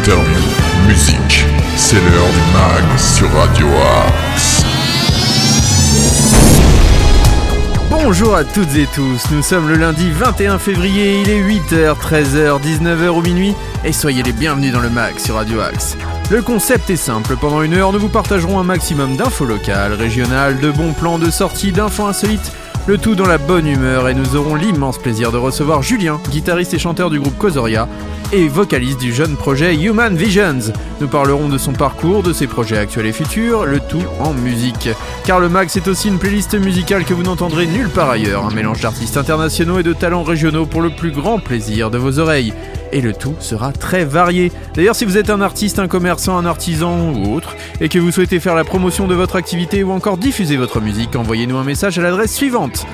interviews, musique. C'est l'heure du mag sur Radio Axe. Bonjour à toutes et tous, nous sommes le lundi 21 février, il est 8h, 13h, 19h ou minuit et soyez les bienvenus dans le mag sur Radio Axe. Le concept est simple, pendant une heure nous vous partagerons un maximum d'infos locales, régionales, de bons plans de sortie, d'infos insolites, le tout dans la bonne humeur et nous aurons l'immense plaisir de recevoir Julien, guitariste et chanteur du groupe Kozoria et vocaliste du jeune projet Human Visions. Nous parlerons de son parcours, de ses projets actuels et futurs, le tout en musique. Car le mag c'est aussi une playlist musicale que vous n'entendrez nulle part ailleurs, un mélange d'artistes internationaux et de talents régionaux pour le plus grand plaisir de vos oreilles. Et le tout sera très varié. D'ailleurs, si vous êtes un artiste, un commerçant, un artisan ou autre, et que vous souhaitez faire la promotion de votre activité ou encore diffuser votre musique, envoyez-nous un message à l'adresse suivante: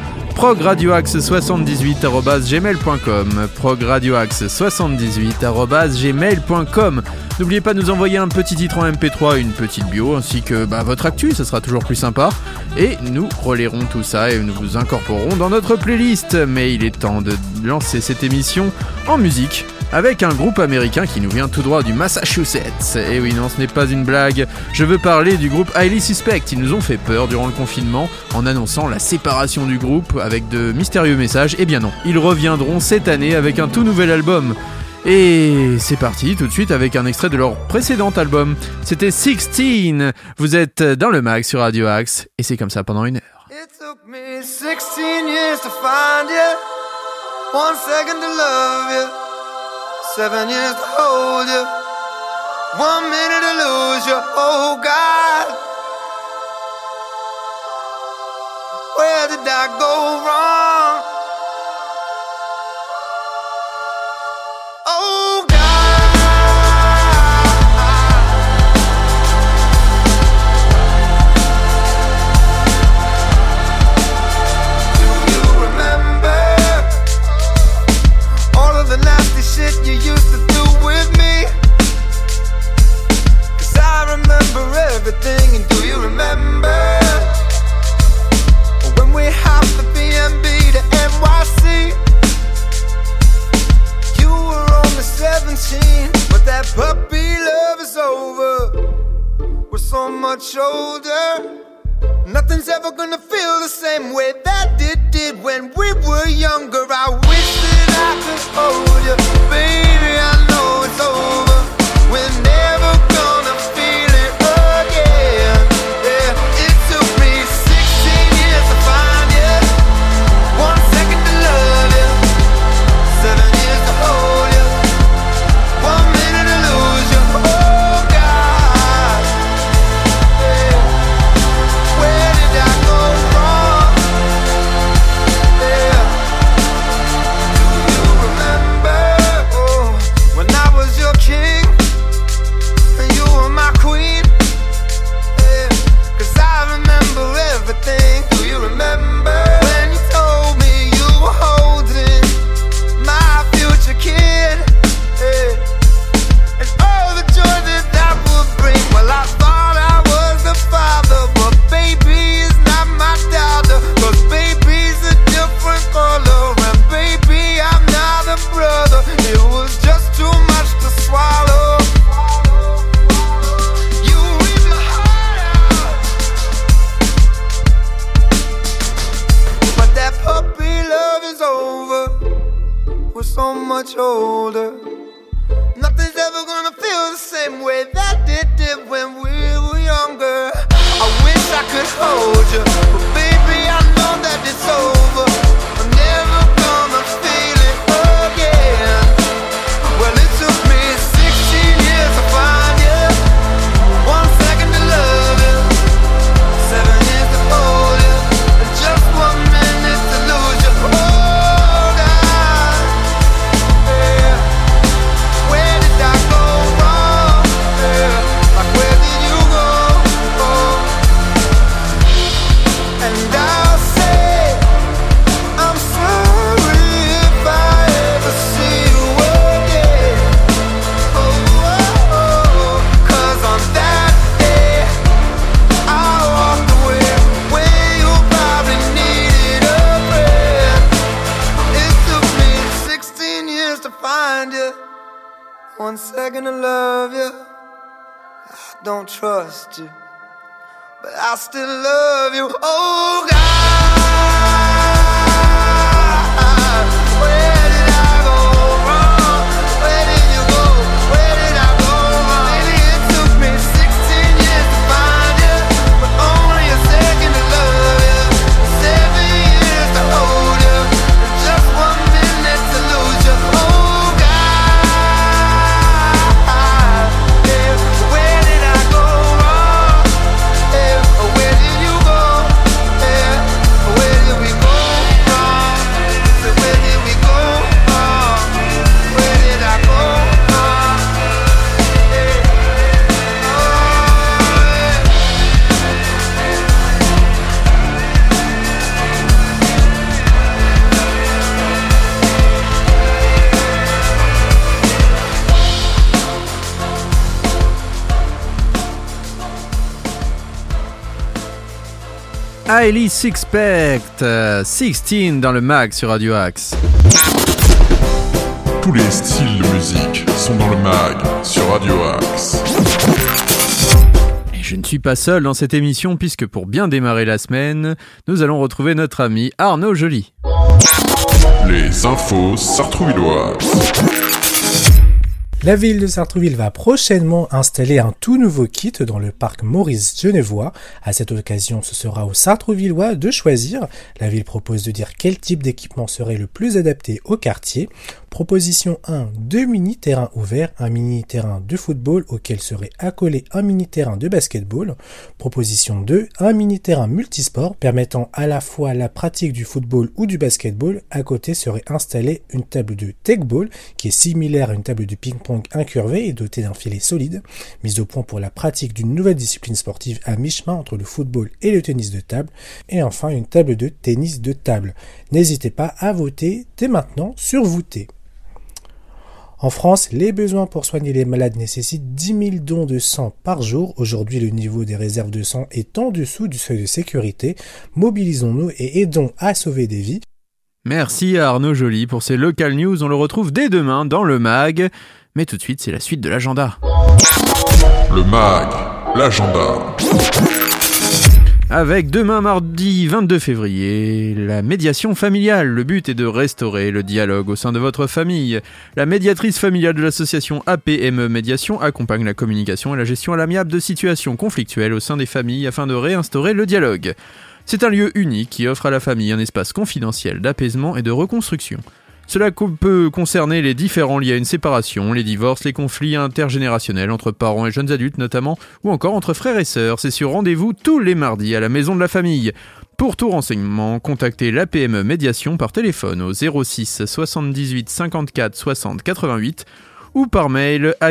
progradioaxe78@gmail.com progradioaxe78@gmail.com. N'oubliez pas de nous envoyer un petit titre en MP3 et une petite bio, ainsi que votre actu, ça sera toujours plus sympa. Et nous relayerons tout ça et nous vous incorporerons dans notre playlist. Mais il est temps de lancer cette émission en musique avec un groupe américain qui nous vient tout droit du Massachusetts. Et oui, non, ce n'est pas une blague. Je veux parler du groupe Highly Suspect. Ils nous ont fait peur durant le confinement en annonçant la séparation du groupe avec de mystérieux messages. Eh bien non, ils reviendront cette année avec un tout nouvel album. Et c'est parti tout de suite avec un extrait de leur précédent album. C'était 16. Vous êtes dans le mag sur Radio Axe et c'est comme ça pendant une heure. It took me 16 years to find you, 1 second to love you, 7 years to hold you, 1 minute to lose you. Oh God, where did I go wrong? Oh God, do you remember all of the nasty shit you used to do with me? 'Cause I remember everything. And do you remember when we hopped the B&B to NYC? You were only 17, but that puppy love is over. We're so much older. Nothing's ever gonna feel the same way that it did when we were younger. I wish that I could hold you, baby. I know it's over. We're never gonna feel it again. Yeah, it took me 16 years to find you, 1 second to love you, 7 years to hold you, 1 minute to lose you. Oh God, yeah. Where did I go wrong? Yeah. Do you remember when I was your king and you were my queen? Yeah. 'Cause I remember everything. Do you remember when you told me you were holding my future kid? Yeah. And all the joy that would bring. Well, I thought I was the father, but baby is not my daughter. 'Cause baby's a different color, and baby I'm not a brother. It was just too much to swallow. You ripped my heart out, but that puppy love is over. We're so much older. Nothing's ever gonna feel the same way that it did when we were younger. I wish I could hold you, but baby I know that it's over. I'm never gonna feel it again. Well, it took me 16 years to find you, 1 second to love you, 7 years to hold you, and just 1 minute to lose you. Oh God, yeah. one second to love you. I don't trust you, but I still love you. Oh God, where did I go wrong? Where did you go? Where did I go wrong? Maybe it took me 16 years to find you, but only a second to love you, 7 years to hold you, and just 1 minute to lose you. Oh God, yeah, where did I go wrong? Yeah, where did you go? Yeah, where did we go wrong? So where did we go wrong? Where did I go wrong? Yeah, Hailey Sixpack, 16 dans le mag sur Radio Axe. Tous les styles de musique sont dans le mag sur Radio Axe. Et je ne suis pas seul dans cette émission puisque pour bien démarrer la semaine, nous allons retrouver notre ami Arnaud Joly. Les infos sartrouvilloises. La ville de Sartrouville va prochainement installer un tout nouveau kit dans le parc Maurice-Genevois. À cette occasion, ce sera aux Sartrouvillois de choisir. La ville propose de dire quel type d'équipement serait le plus adapté au quartier. Proposition 1, 2 mini-terrains ouverts, un mini-terrain de football auquel serait accolé un mini-terrain de basketball. Proposition 2, un mini-terrain multisport permettant à la fois la pratique du football ou du basketball. À côté serait installée une table de tech-ball qui est similaire à une table de ping-pong incurvée et dotée d'un filet solide, mise au point pour la pratique d'une nouvelle discipline sportive à mi-chemin entre le football et le tennis de table. Et enfin une table de tennis de table. N'hésitez pas à voter dès maintenant sur Voter. En France, les besoins pour soigner les malades nécessitent 10 000 dons de sang par jour. Aujourd'hui, le niveau des réserves de sang est en dessous du seuil de sécurité. Mobilisons-nous et aidons à sauver des vies. Merci à Arnaud Joly pour ces local news. On le retrouve dès demain dans le mag. Mais tout de suite, c'est la suite de l'agenda. Le mag, l'agenda. Avec demain mardi 22 février, la médiation familiale. Le but est de restaurer le dialogue au sein de votre famille. La médiatrice familiale de l'association APME Médiation accompagne la communication et la gestion à l'amiable de situations conflictuelles au sein des familles afin de réinstaurer le dialogue. C'est un lieu unique qui offre à la famille un espace confidentiel d'apaisement et de reconstruction. Cela peut concerner les différends liés à une séparation, les divorces, les conflits intergénérationnels entre parents et jeunes adultes notamment, ou encore entre frères et sœurs. C'est sur rendez-vous tous les mardis à la Maison de la Famille. Pour tout renseignement, contactez l'APME Médiation par téléphone au 06 78 54 60 88 ou par mail à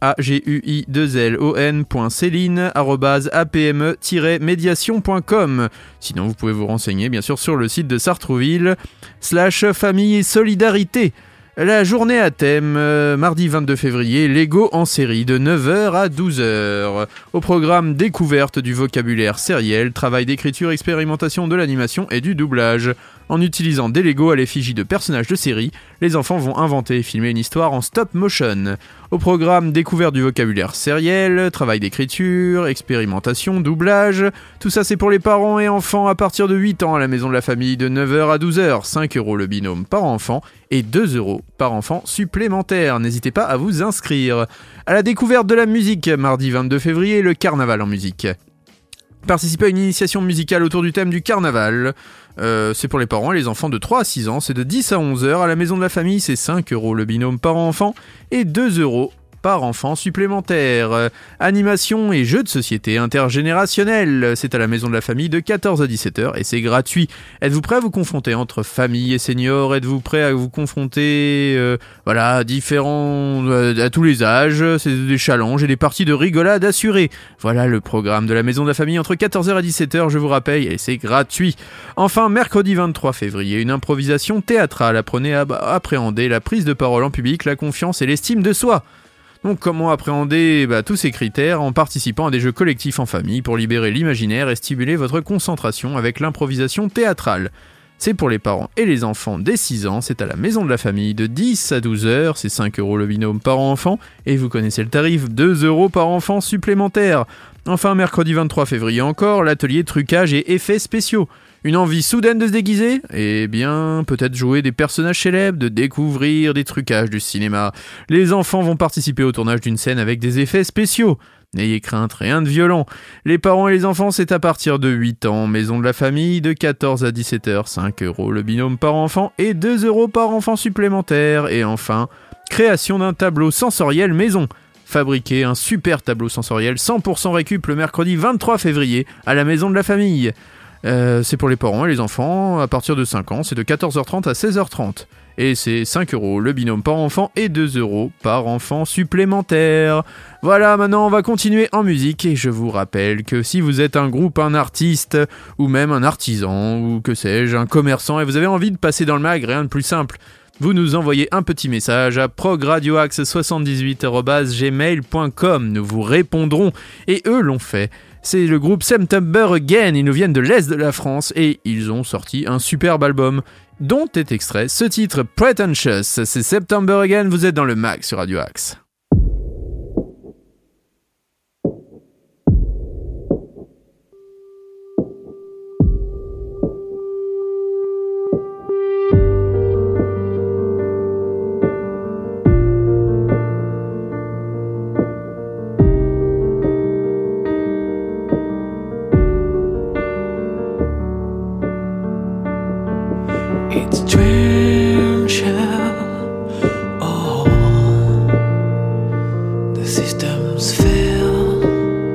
guillon.celine@apme-médiation.com. Sinon, vous pouvez vous renseigner bien sûr sur le site de Sartrouville /famille et solidarité. La journée à thème, mardi 22 février, Lego en série de 9h à 12h. Au programme découverte du vocabulaire sériel, travail d'écriture, expérimentation de l'animation et du doublage. En utilisant des Lego à l'effigie de personnages de série, les enfants vont inventer et filmer une histoire en stop motion. Au programme découverte du vocabulaire sériel, travail d'écriture, expérimentation, doublage. Tout ça c'est pour les parents et enfants à partir de 8 ans à la Maison de la Famille de 9h à 12h. 5 € le binôme par enfant et 2 € par enfant supplémentaire. N'hésitez pas à vous inscrire. À la découverte de la musique, mardi 22 février, le carnaval en musique. Participez à une initiation musicale autour du thème du carnaval. C'est pour les parents et les enfants de 3 à 6 ans. C'est de 10 à 11h. À la Maison de la Famille, c'est 5 € le binôme par enfant et 2 € par enfant supplémentaire. Animation et jeux de société intergénérationnels. C'est à la Maison de la Famille de 14 à 17h et c'est gratuit. Êtes-vous prêt à vous confronter entre famille et seniors? Êtes-vous prêt à vous confronter à différents à tous les âges? C'est des challenges et des parties de rigolade assurées. Voilà le programme de la Maison de la Famille entre 14h et 17h, je vous rappelle, et c'est gratuit. Enfin, mercredi 23 février, une improvisation théâtrale. Apprenez à appréhender la prise de parole en public, la confiance et l'estime de soi. Donc comment appréhender tous ces critères en participant à des jeux collectifs en famille pour libérer l'imaginaire et stimuler votre concentration avec l'improvisation théâtrale. C'est pour les parents et les enfants dès 6 ans, c'est à la maison de la famille de 10 à 12 heures, c'est 5 € le binôme par enfant, et vous connaissez le tarif, 2 € par enfant supplémentaire. Enfin, mercredi 23 février encore, l'atelier trucage et effets spéciaux. Une envie soudaine de se déguiser ? Eh bien, peut-être jouer des personnages célèbres, de découvrir des trucages du cinéma. Les enfants vont participer au tournage d'une scène avec des effets spéciaux. N'ayez crainte, rien de violent. Les parents et les enfants, c'est à partir de 8 ans. Maison de la famille, de 14 à 17 heures, 5 € le binôme par enfant et 2 € par enfant supplémentaire. Et enfin, création d'un tableau sensoriel maison. Fabriquer un super tableau sensoriel 100% récup le mercredi 23 février à la maison de la famille. C'est pour les parents et les enfants à partir de 5 ans, c'est de 14h30 à 16h30. Et c'est 5 € le binôme par enfant et 2 € par enfant supplémentaire. Voilà, maintenant on va continuer en musique et je vous rappelle que si vous êtes un groupe, un artiste ou même un artisan ou que sais-je, un commerçant et vous avez envie de passer dans le mag, rien de plus simple. Vous nous envoyez un petit message à progradioaxe78@gmail.com. Nous vous répondrons et eux l'ont fait. C'est le groupe September Again, ils nous viennent de l'Est de la France et ils ont sorti un superbe album dont est extrait ce titre Pretentious. C'est September Again, vous êtes dans le mag sur Radio Axe. It's trench the systems fail.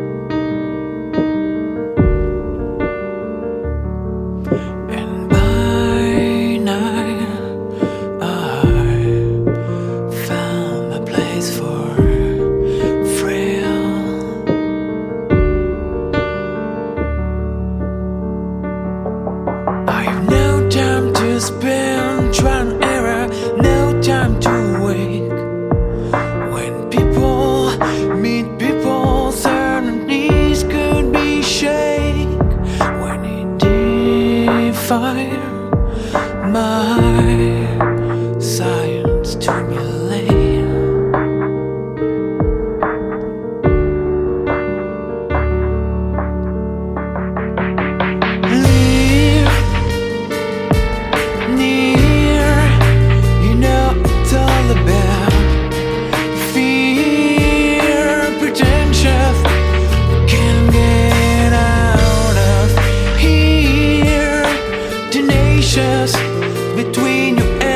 And by night I found a place for frail. I've no time to spend trial and error, no time to wake. When people meet people, certainties could be shake. When it defied my science to be late. Leave near, you know it's all about fear, pretentious, can't get out of here, tenacious, between you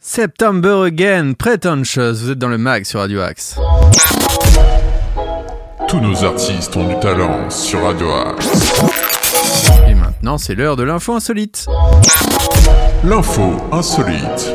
September Again, Pretentious, vous êtes dans le mag sur Radio Axe. Tous nos artistes ont du talent sur Radio Axe. Et maintenant, c'est l'heure de l'info insolite. L'info insolite.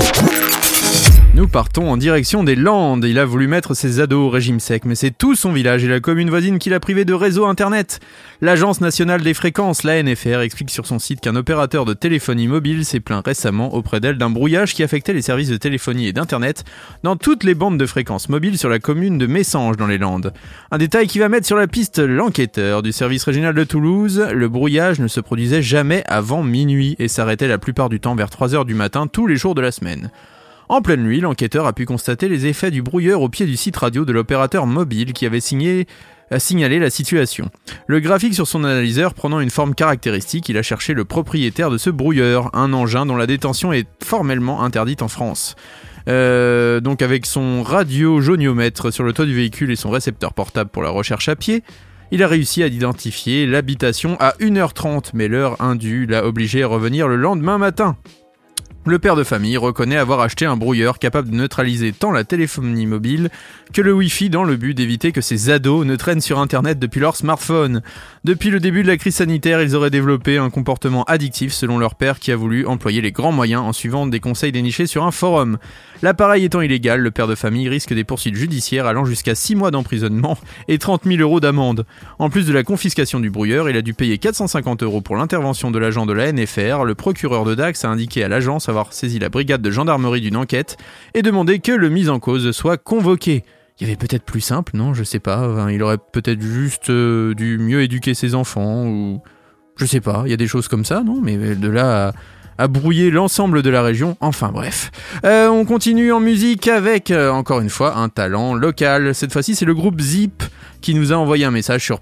Nous partons en direction des Landes. Il a voulu mettre ses ados au régime sec, mais c'est tout son village et la commune voisine qui l'a privé de réseau internet. L'Agence nationale des fréquences, l'ANFR, explique sur son site qu'un opérateur de téléphonie mobile s'est plaint récemment auprès d'elle d'un brouillage qui affectait les services de téléphonie et d'internet dans toutes les bandes de fréquences mobiles sur la commune de Messanges dans les Landes. Un détail qui va mettre sur la piste l'enquêteur du service régional de Toulouse. Le brouillage ne se produisait jamais avant minuit et s'arrêtait la plupart du temps vers 3h du matin tous les jours de la semaine. En pleine nuit, l'enquêteur a pu constater les effets du brouilleur au pied du site radio de l'opérateur mobile qui avait signalé la situation. Le graphique sur son analyseur prenant une forme caractéristique, il a cherché le propriétaire de ce brouilleur, un engin dont la détention est formellement interdite en France. Donc avec son radio-joniomètre sur le toit du véhicule et son récepteur portable pour la recherche à pied, il a réussi à identifier l'habitation à 1h30, mais l'heure indue l'a obligé à revenir le lendemain matin. Le père de famille reconnaît avoir acheté un brouilleur capable de neutraliser tant la téléphonie mobile que le Wi-Fi dans le but d'éviter que ses ados ne traînent sur Internet depuis leur smartphone. Depuis le début de la crise sanitaire, ils auraient développé un comportement addictif selon leur père qui a voulu employer les grands moyens en suivant des conseils dénichés sur un forum. L'appareil étant illégal, le père de famille risque des poursuites judiciaires allant jusqu'à 6 mois d'emprisonnement et 30 000 € d'amende. En plus de la confiscation du brouilleur, il a dû payer 450 € pour l'intervention de l'agent de la NFR. Le procureur de Dax a indiqué à l'agence avoir saisi la brigade de gendarmerie d'une enquête et demandé que le mis en cause soit convoqué. Il y avait peut-être plus simple, non ? Je sais pas. Enfin, il aurait peut-être juste dû mieux éduquer ses enfants ou... Je sais pas, il y a des choses comme ça, non ? Mais de là à brouiller l'ensemble de la région, enfin bref. On continue en musique avec, encore une fois, un talent local. Cette fois-ci, c'est le groupe Zip qui nous a envoyé un message sur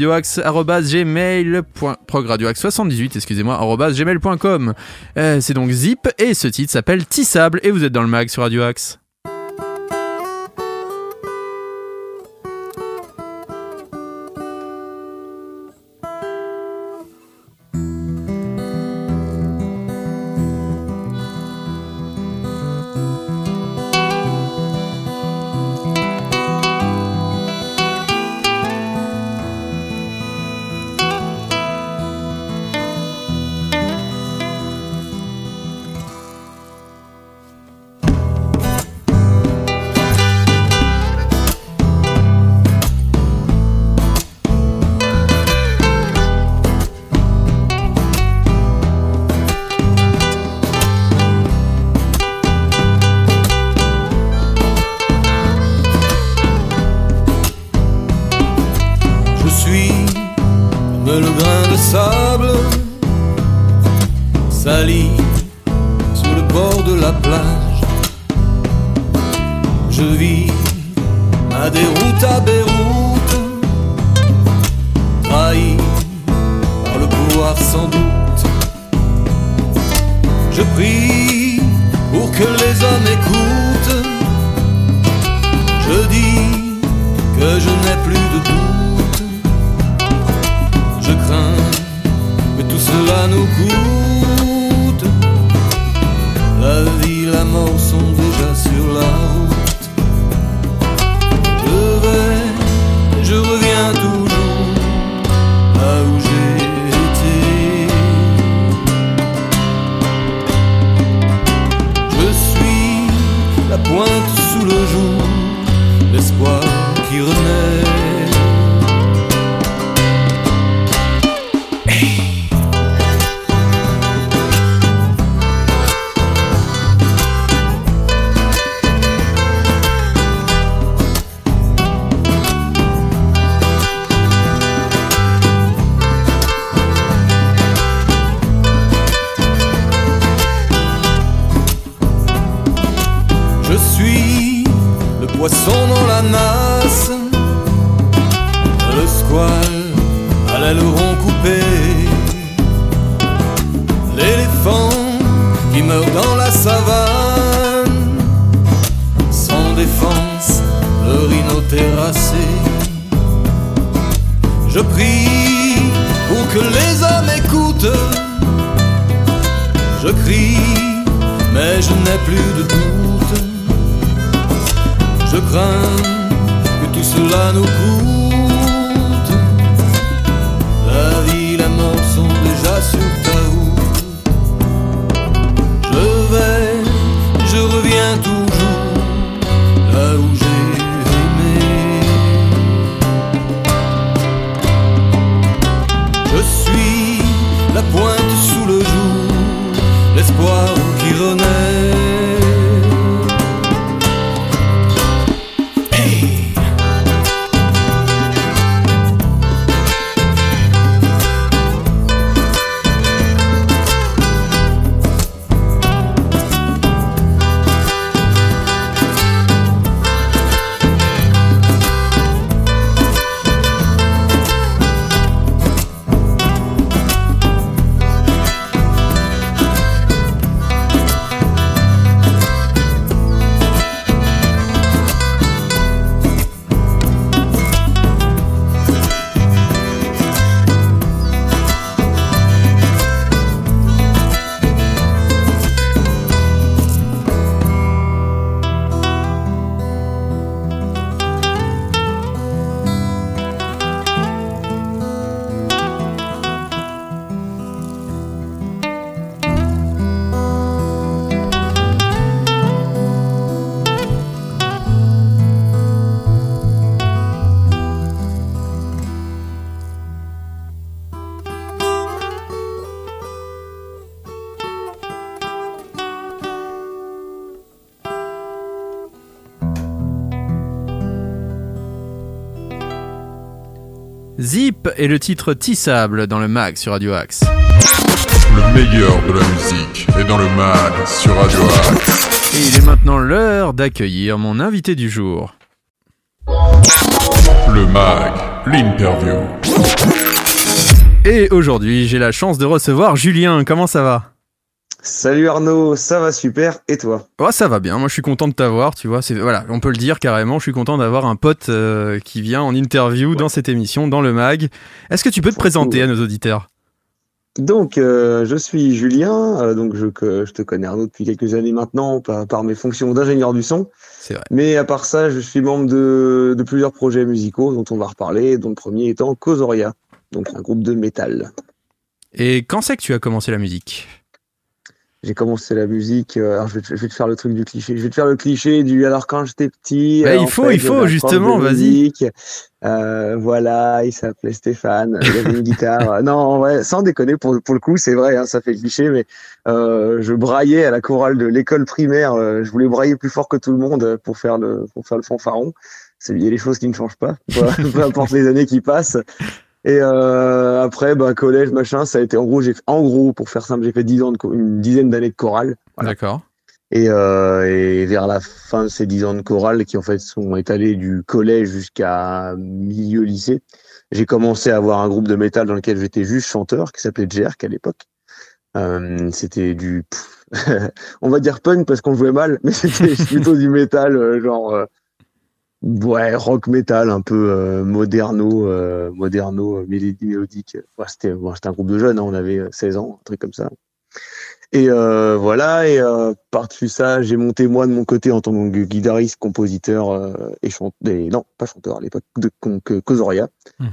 progradioaxe78, c'est donc Zip, et ce titre s'appelle Tissable, et vous êtes dans le mag sur Radio Axe. Le grain de sable sali sur le bord de la plage. Je vis ma déroute à Beyrouth, trahi par le pouvoir sans doute. Je prie pour que les hommes écoutent. Je dis que je n'ai plus de doute. Je crains que tout cela nous coûte. La vie, la mort sont déjà sur la route. Je vais, je reviens toujours là où j'ai été. Je suis la pointe sous le jour, l'espoir qui renaît. Je suis le poisson dans la nasse, le squale à l'aileron coupé, l'éléphant qui meurt dans la savane, sans défense, le rhino terrassé. Je prie pour que les hommes écoutent. Je crie, mais je n'ai plus de doute. Je crains que tout cela nous coûte. La vie, la mort sont déjà sur ta route. Je reviens toujours là où j'ai aimé. Je suis la pointe sous le jour, l'espoir qui renaît. Zip est le titre Tissable dans le mag sur Radio Axe. Le meilleur de la musique est dans le mag sur Radio Axe. Et il est maintenant l'heure d'accueillir mon invité du jour. Le mag, l'interview. Et aujourd'hui, j'ai la chance de recevoir Julien. Comment ça va ? Salut Arnaud, ça va super, et toi ? Oh, ça va bien, moi je suis content de t'avoir, tu vois, voilà, on peut le dire carrément, je suis content d'avoir un pote qui vient en interview dans cette émission, dans le mag. Est-ce que tu peux te présenter à nos auditeurs ? Donc, je suis Julien, donc je te connais Arnaud depuis quelques années maintenant, par mes fonctions d'ingénieur du son. C'est vrai. Mais à part ça, je suis membre de plusieurs projets musicaux dont on va reparler, dont le premier étant Causoria, donc un groupe de métal. Et quand c'est que tu as commencé la musique ? J'ai commencé la musique, alors je vais te faire le truc du cliché. Je vais te faire le cliché du alors quand j'étais petit. Bah, il faut justement, vas-y. Voilà, il s'appelait Stéphane, il avait une guitare. Non, en vrai, sans déconner, pour le coup, c'est vrai, hein, ça fait cliché, mais je braillais à la chorale de l'école primaire. Je voulais brailler plus fort que tout le monde pour faire le fanfaron. Il y a des choses qui ne changent pas, peu importe les années qui passent. Et après, collège, machin, ça a été en gros, pour faire simple, j'ai fait une dizaine d'années de chorale. Voilà. D'accord. Et vers la fin de ces 10 ans de chorale, qui en fait sont étalés du collège jusqu'à milieu lycée, j'ai commencé à avoir un groupe de métal dans lequel j'étais juste chanteur, qui s'appelait Jerk à l'époque. C'était du, on va dire punk parce qu'on jouait mal, mais c'était plutôt du métal, rock metal, un peu moderno mélodique. Ouais, c'était un groupe de jeunes, hein, on avait 16 ans, un truc comme ça. Et voilà, et par-dessus ça, j'ai monté moi de mon côté en tant que guitariste, compositeur et chanteur, non, pas chanteur à l'époque, de Causoria.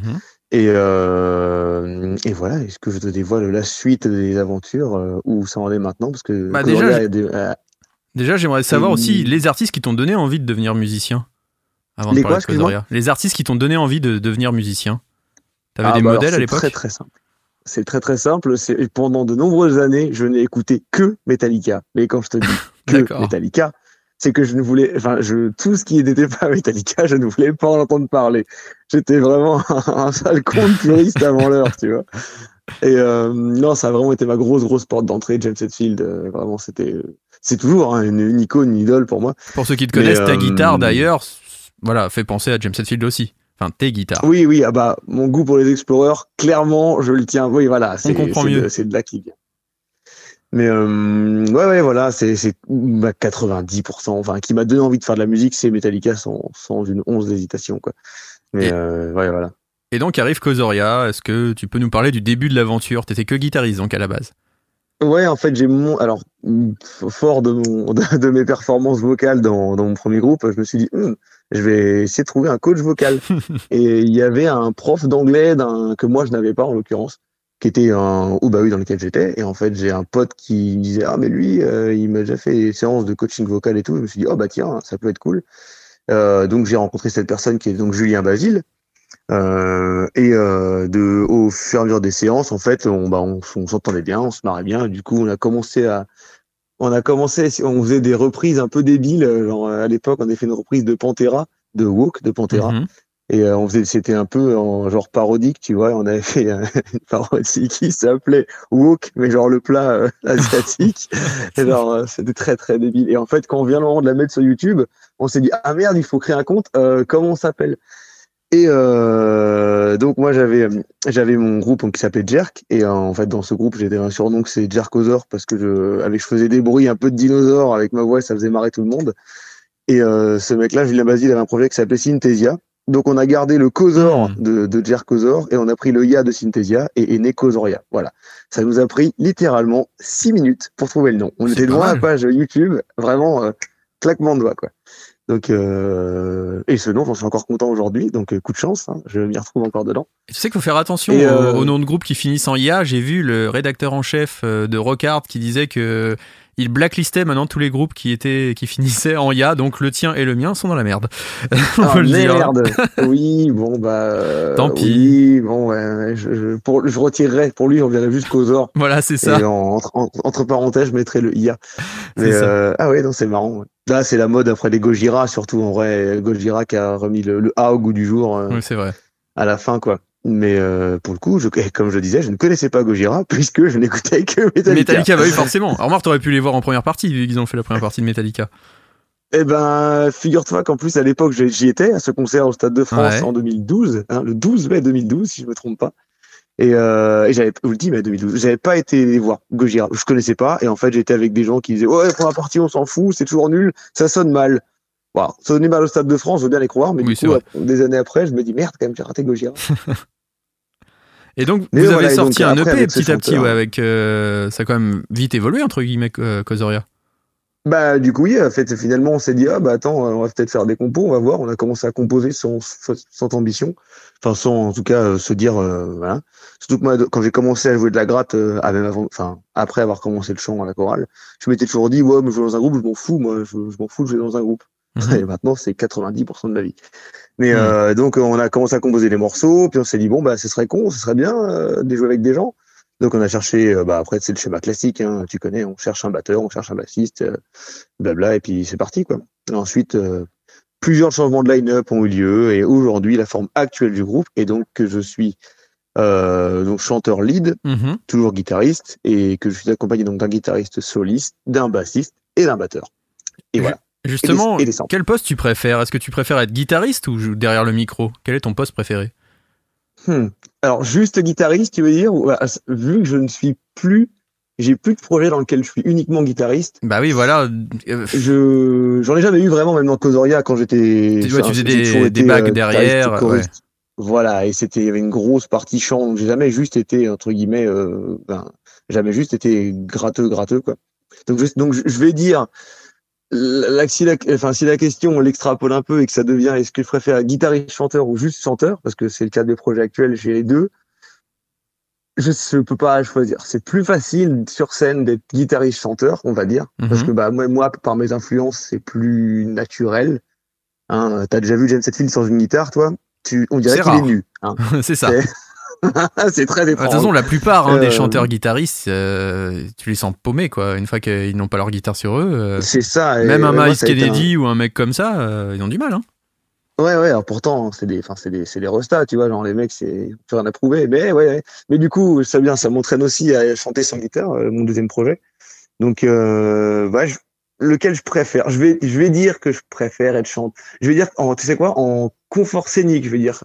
Mm-hmm. Et voilà, est-ce que je te dévoile la suite des aventures où ça en est maintenant, parce que déjà, j'aimerais savoir aussi les artistes qui t'ont donné envie de devenir musicien. Avant de parler de Causoria. Les artistes qui t'ont donné envie de devenir musicien. T'avais des modèles à l'époque ? C'est très très simple. C'est très très simple. Pendant de nombreuses années, je n'ai écouté que Metallica. Mais quand je te dis que Metallica, c'est que je ne voulais, tout ce qui n'était pas Metallica, je ne voulais pas en entendre parler. J'étais vraiment un sale con de puriste avant l'heure, tu vois. Et non, ça a vraiment été ma grosse porte d'entrée. James Hetfield, vraiment, c'est toujours une icône, une idole pour moi. Pour ceux qui te connaissent, ta guitare d'ailleurs, voilà, fait penser à James Hetfield aussi. Enfin, tes guitares. Oui, mon goût pour les Explorers, clairement, je le tiens. Oui, voilà, on comprend mieux. C'est de là qu'il vient. Mais voilà, c'est 90%, qui m'a donné envie de faire de la musique, c'est Metallica sans une once d'hésitation, quoi. Mais voilà. Et donc arrive Causoria. Est-ce que tu peux nous parler du début de l'aventure ? T'étais que guitariste donc à la base. Ouais, en fait, alors, fort de mes performances vocales dans mon premier groupe, je me suis dit, je vais essayer de trouver un coach vocal. Et il y avait un prof d'anglais que moi je n'avais pas en l'occurrence, qui était dans lequel j'étais. Et en fait, j'ai un pote qui me disait, ah, mais lui, il m'a déjà fait des séances de coaching vocal et tout. Je me suis dit, oh, bah, tiens, ça peut être cool. Donc, j'ai rencontré cette personne qui est donc Julien Basile. Au fur et à mesure des séances, en fait, on s'entendait bien, on se marrait bien. Du coup, on faisait des reprises un peu débiles. Genre, à l'époque, on avait fait une reprise de Pantera, de Walk de Pantera. Mhm. Et c'était un peu en genre parodique, tu vois. On avait fait une parodie qui s'appelait Wok, mais genre le plat asiatique. Et genre, c'était très très débile. Et en fait, quand on vient le moment de la mettre sur YouTube, on s'est dit, ah merde, il faut créer un compte. Comment on s'appelle? Et donc moi j'avais mon groupe qui s'appelait Jerk, et en fait dans ce groupe j'avais un surnom que c'est Jerkosaur, parce que je faisais des bruits un peu de dinosaure avec ma voix, ça faisait marrer tout le monde. Et ce mec-là, Julien Basile, avait un projet qui s'appelait Synthesia. Donc on a gardé le Kosaur de Jerkosaur et on a pris le Ya de Synthesia et est né Kosoria. Voilà. Ça nous a pris littéralement 6 minutes pour trouver le nom. On était devant la page YouTube, vraiment claquement de doigts, quoi. Donc, et ce nom, j'en suis encore content aujourd'hui, donc coup de chance, hein, je m'y retrouve encore dedans. Et tu sais qu'il faut faire attention aux noms de groupes qui finissent en IA. J'ai vu le rédacteur en chef de Rockard qui disait que il blacklistait maintenant tous les groupes qui finissaient en IA, donc le tien et le mien sont dans la merde. On peut le dire. Merde. Oui, bon bah. Tant pis. Oui, bon, ouais, je retirerai. Pour lui, j'enverrai juste Kosaur. Voilà, c'est ça. Et entre parenthèses, je mettrai le IA. Mais ah ouais, non, c'est marrant. Ouais. Là, c'est la mode après les Gojira, surtout en vrai. Gojira qui a remis le A au goût du jour. Oui, c'est vrai. À la fin, quoi. Mais pour le coup, comme je disais, je ne connaissais pas Gojira puisque je n'écoutais que Metallica. Metallica, bah oui, forcément. Alors, moi, t'aurais pu les voir en première partie vu qu'ils ont fait la première partie de Metallica. Eh ben, figure-toi qu'en plus à l'époque j'y étais à ce concert au Stade de France en 2012, hein, le 12 mai 2012 si je me trompe pas. Et j'avais, je vous le dis, mais 2012, j'avais pas été les voir Gojira, je connaissais pas. Et en fait, j'étais avec des gens qui disaient ouais, première partie on s'en fout, c'est toujours nul, ça sonne mal. Voilà, ça sonnait mal au Stade de France, je veux bien les croire, mais oui, du coup, des années après, je me dis merde, quand même, j'ai raté Gojira. Et donc, vous avez sorti un EP petit à petit, avec ça a quand même vite évolué entre guillemets, Kosoria. Bah du coup oui, en fait finalement on s'est dit ah bah attends, on va peut-être faire des compos, on va voir. On a commencé à composer sans ambition, enfin sans en tout cas se dire voilà. Surtout que moi quand j'ai commencé à jouer de la gratte, même avant, enfin après avoir commencé le chant à la chorale, je m'étais toujours dit ouais mais jouer dans un groupe je m'en fous, moi je m'en fous de jouer dans un groupe. Et maintenant c'est 90% de ma vie. Mais donc on a commencé à composer les morceaux, puis on s'est dit bon bah ce serait bien de jouer avec des gens. Donc on a cherché, après c'est le schéma classique, hein, tu connais, on cherche un batteur, on cherche un bassiste, blabla, et puis c'est parti quoi. Et ensuite, plusieurs changements de line-up ont eu lieu, et aujourd'hui la forme actuelle du groupe est donc que je suis donc chanteur lead, toujours guitariste, et que je suis accompagné donc d'un guitariste soliste, d'un bassiste et d'un batteur. Et voilà. Justement, quel poste tu préfères ? Est-ce que tu préfères être guitariste ou derrière le micro ? Quel est ton poste préféré ? Alors, juste guitariste, tu veux dire, vu que j'ai plus de projet dans lequel je suis uniquement guitariste. Bah oui, voilà. J'en ai jamais eu vraiment, même dans Kosoria, quand j'étais. Tu faisais des bacs derrière. Ouais. Voilà, et il y avait une grosse partie chant, donc j'ai jamais juste été, entre guillemets, jamais juste été gratteux, quoi. Donc je vais dire, si la question on l'extrapole un peu et que ça devient est-ce que je préfère guitariste chanteur ou juste chanteur, parce que c'est le cas des projets actuels, j'ai les deux, je peux pas choisir. C'est plus facile sur scène d'être guitariste chanteur, on va dire, parce que moi par mes influences c'est plus naturel. Hein, t'as déjà vu James Hetfield sans une guitare, toi? On dirait qu'il est nu. Hein. C'est ça. C'est très étrange. De toute façon, la plupart des chanteurs guitaristes, tu les sens paumés, quoi. Une fois qu'ils n'ont pas leur guitare sur eux. C'est ça. Même un Miles Kennedy ou un mec comme ça, ils ont du mal, hein. Ouais. Alors pourtant, c'est des restats, tu vois. Genre les mecs, c'est plus rien à prouver. Mais ouais. Mais du coup, ça m'entraîne aussi à chanter sans guitare, mon deuxième projet. Donc, lequel je préfère. Je vais dire que je préfère être chanteur. Je vais dire, tu sais quoi, en confort scénique, je vais dire.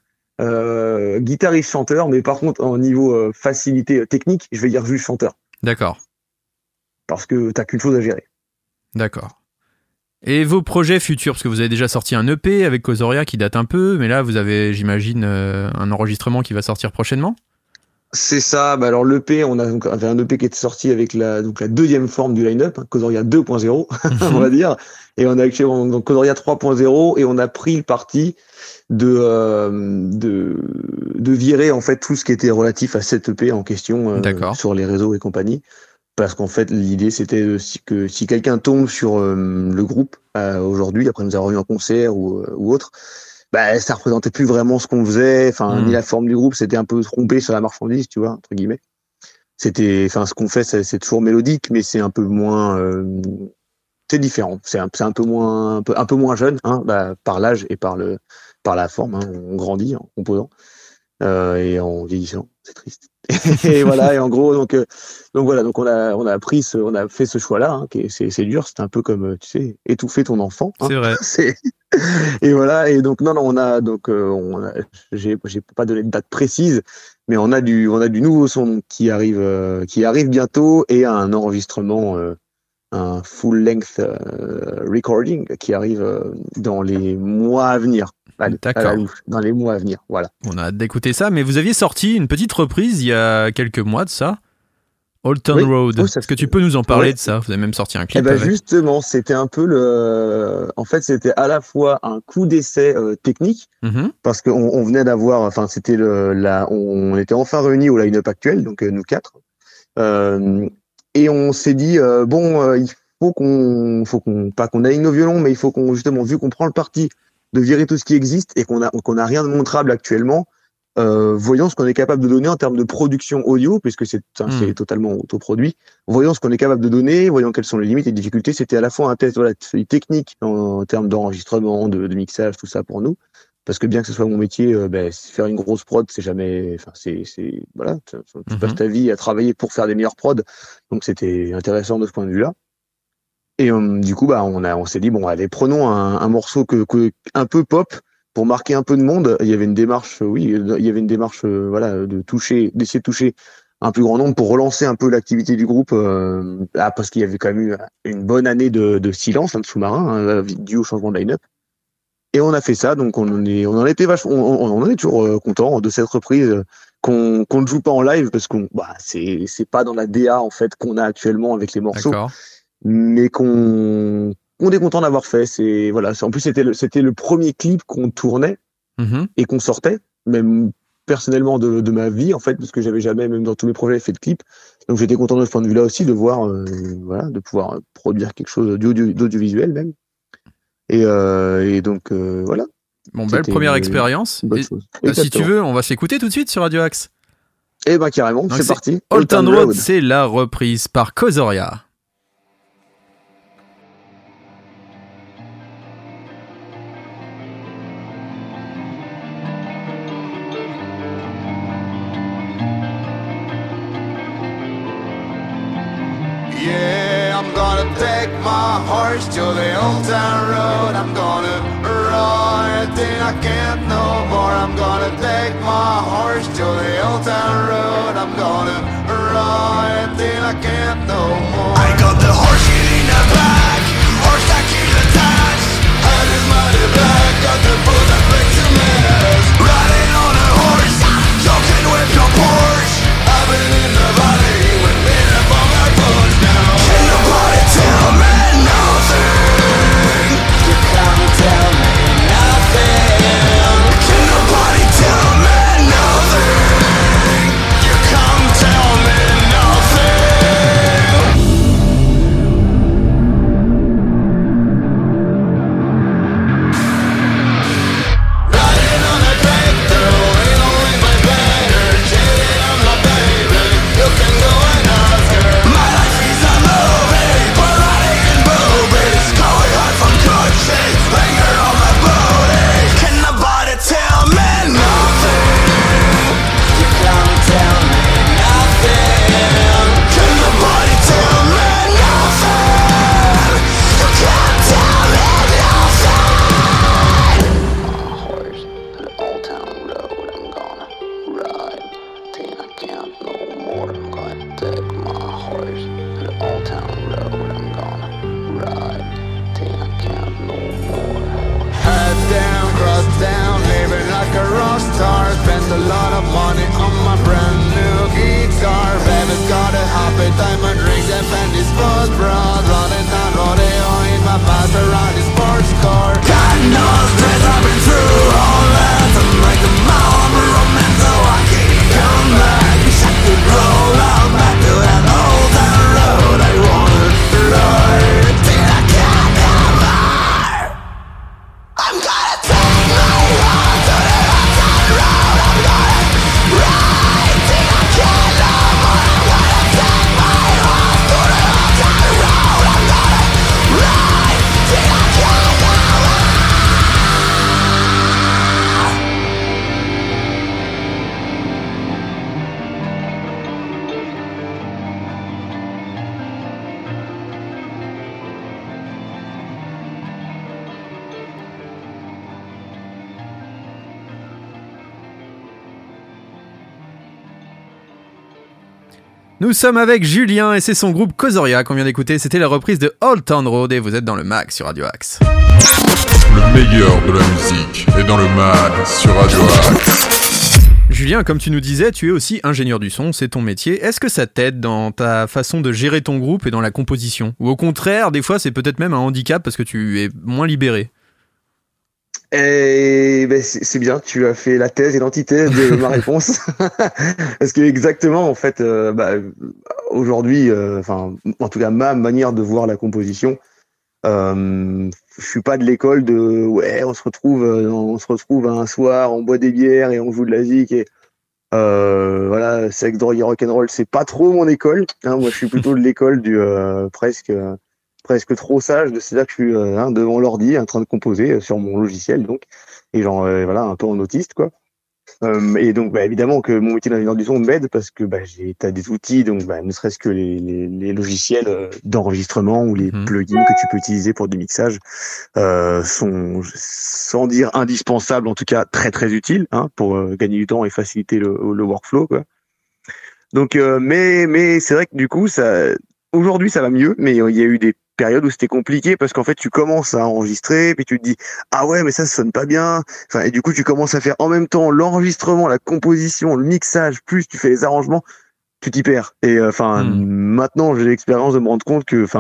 Guitariste chanteur, mais par contre en niveau facilité technique, je vais dire juste chanteur. D'accord. Parce que t'as qu'une chose à gérer. D'accord. Et vos projets futurs, parce que vous avez déjà sorti un EP avec Kosoria qui date un peu, mais là vous avez, j'imagine, un enregistrement qui va sortir prochainement. C'est ça. Bah alors l'EP, on avait un EP qui était sorti avec la deuxième forme du line-up, hein, Kodoria 2.0, on va dire. Et on a actuellement donc Kodoria 3.0 et on a pris le parti de virer en fait tout ce qui était relatif à cette EP en question sur les réseaux et compagnie. Parce qu'en fait, l'idée, c'était que si quelqu'un tombe sur le groupe aujourd'hui, après nous avoir eu en concert ou autre, bah ça représentait plus vraiment ce qu'on faisait. Enfin, ni la forme du groupe, c'était un peu trompé sur la marchandise, tu vois, entre guillemets. C'était, enfin, ce qu'on fait, c'est toujours mélodique, mais c'est un peu moins, c'est différent. C'est un peu moins jeune, hein, par l'âge et par la forme. Hein, on grandit en composant et en vieillissant. C'est triste. Et voilà, et en gros, donc voilà, donc on a fait ce choix-là, hein, c'est dur, c'est un peu comme, tu sais, étouffer ton enfant. Hein, c'est vrai. Et voilà, et donc j'ai pas donné de date précise, mais on a du nouveau son qui arrive bientôt et un enregistrement, un full length recording qui arrive dans les mois à venir. D'accord. Dans les mois à venir, voilà. On a hâte d'écouter ça, mais vous aviez sorti une petite reprise il y a quelques mois de ça, Old Town Road. Est-ce que tu peux nous en parler de ça ? Vous avez même sorti un clip. Justement, c'était un peu en fait, c'était à la fois un coup d'essai technique, parce qu'on venait d'avoir, enfin, c'était on était enfin réunis au line-up actuel, donc nous quatre, et on s'est dit il faut qu'on pas qu'on aligne nos violons, mais il faut qu'on, justement, vu qu'on prend le parti de virer tout ce qui existe et qu'on a rien de montrable actuellement, voyons ce qu'on est capable de donner en termes de production audio, puisque c'est totalement autoproduit. Voyons ce qu'on est capable de donner, voyons quelles sont les limites et les difficultés. C'était à la fois un test technique en termes d'enregistrement, de mixage, tout ça pour nous, parce que bien que ce soit mon métier, faire une grosse prod, c'est jamais, enfin voilà, tu passes ta vie à travailler pour faire des meilleures prods, donc c'était intéressant de ce point de vue-là. Et du coup, on s'est dit, bon, allez, prenons un morceau un peu pop pour marquer un peu de monde. Il y avait une démarche, voilà, d'essayer de toucher un plus grand nombre pour relancer un peu l'activité du groupe, parce qu'il y avait quand même eu une bonne année de silence, de sous-marin, dû au changement de line-up. Et on a fait ça, donc on en était vachement, on en est toujours content de cette reprise qu'on ne joue pas en live parce c'est pas dans la DA en fait qu'on a actuellement avec les morceaux. D'accord. Mais qu'on est content d'avoir fait. En plus c'était le premier clip qu'on tournait et qu'on sortait, même personnellement de ma vie en fait, parce que j'avais jamais, même dans tous mes projets, fait de clip. Donc j'étais content de ce point de vue-là aussi, de voir, de pouvoir produire quelque chose d'audiovisuel même. Et donc voilà. Bon, belle première expérience. Si tu veux, on va s'écouter tout de suite sur Radio Axe. Eh ben carrément, donc c'est parti. Old Town Road, c'est la reprise par Kozoria. Yeah, I'm gonna take my horse to the old town road. I'm gonna ride till I can't no more. I'm gonna take my horse to the old town road. I'm gonna ride till I can't no more. I got the horse in the back, horse I keep attached. And his mighty back got the bull that breaks a mess. Riding on a horse, joking with your Porsche. I've been in the valley with me up on my bones now. Can nobody tell me nothing? You can't tell me nothing. Can nobody tell me nothing? You can't tell me Riding on a tractor, ain't only my better. Cheating on my baby, you can go and ask her. My life is a movie, but riding in boobies. Going hard from Gucci, finger on my booty. Can nobody tell me nothing? You can't tell me nothing. Can nobody tell me nothing? You can't tell me nothing. Horse to the old town road, I'm gonna ride till I can't no more. I'm gonna take my horse to the old town road, I'm gonna ride till I can't no more. Head down, cross down, living like a rock star. Spent a lot of money on my brand new coffee, diamond rings and Fendi sports bras. Running down rodeo in my Maserati sports car. God knows that I've been through all that to make a moment romance so I can come back. Wish I could roll on back to that old town road I wanna fly till I can't no more. I'm gonna take my run to the old town road. I'm gonna ride till I can't no more. I'm gonna take my run to the old town road. I'm gonna ride till I can't no more. Nous sommes avec Julien et c'est son groupe Kozoria qu'on vient d'écouter. C'était la reprise de Old Town Road et vous êtes dans le mag sur Radio Axe. Le meilleur de la musique est dans le mag sur Radio Axe. Julien, comme tu nous disais, tu es aussi ingénieur du son, c'est ton métier. Est-ce que ça t'aide dans ta façon de gérer ton groupe et dans la composition ? Ou au contraire, des fois, c'est peut-être même un handicap parce que tu es moins libéré ? Et ben c'est bien, tu as fait la thèse et l'antithèse de ma réponse. Parce que exactement, en fait, aujourd'hui, enfin, en tout cas, ma manière de voir la composition, je suis pas de l'école de ouais, on se retrouve un soir, on boit des bières et on joue de la zik et voilà, sexe, drogue, rock'n'roll, c'est pas trop mon école. Hein, moi, je suis plutôt de l'école du presque trop sage, c'est-à-dire que je suis devant l'ordi en train de composer sur mon logiciel, donc, et genre voilà, un peu en autiste, quoi. Et donc évidemment que mon métier d'ingénieur du son m'aide parce que t'as des outils, donc ne serait-ce que les logiciels d'enregistrement ou les plugins que tu peux utiliser pour du mixage sont, sans dire indispensables, en tout cas très très utiles, hein, pour gagner du temps et faciliter le workflow, quoi. Donc mais c'est vrai que du coup aujourd'hui ça va mieux, mais il y a eu des périodes où c'était compliqué parce qu'en fait tu commences à enregistrer puis tu te dis ah ouais mais ça sonne pas bien, enfin, et du coup tu commences à faire en même temps l'enregistrement, la composition, le mixage, plus tu fais les arrangements, tu t'y perds. Et maintenant j'ai l'expérience de me rendre compte que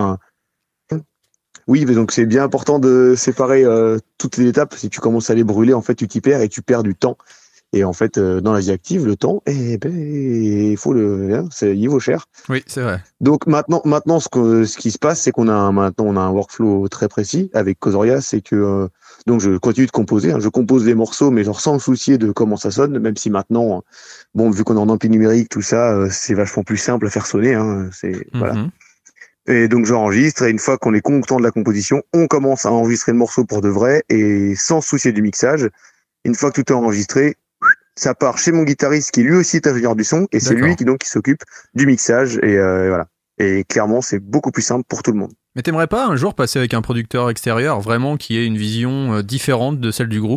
oui, mais donc c'est bien important de séparer toutes les étapes. Si tu commences à les brûler, en fait tu t'y perds et tu perds du temps. Et en fait, dans la vie active, le temps, il vaut cher. Oui, c'est vrai. Donc maintenant, ce qui se passe, c'est qu'on a un workflow très précis avec Kozoria, c'est que donc je continue de composer. Hein, je compose des morceaux, mais genre sans me soucier de comment ça sonne, même si maintenant, bon, vu qu'on est en ampli numérique, tout ça, c'est vachement plus simple à faire sonner. Hein, voilà. Et donc j'enregistre, et une fois qu'on est content de la composition, on commence à enregistrer le morceau pour de vrai et sans se soucier du mixage. Une fois que tout est enregistré, ça part chez mon guitariste qui lui aussi est ingénieur du son et c'est lui qui s'occupe du mixage et voilà. Et clairement, c'est beaucoup plus simple pour tout le monde. Mais t'aimerais pas un jour passer avec un producteur extérieur vraiment qui ait une vision différente de celle du groupe ?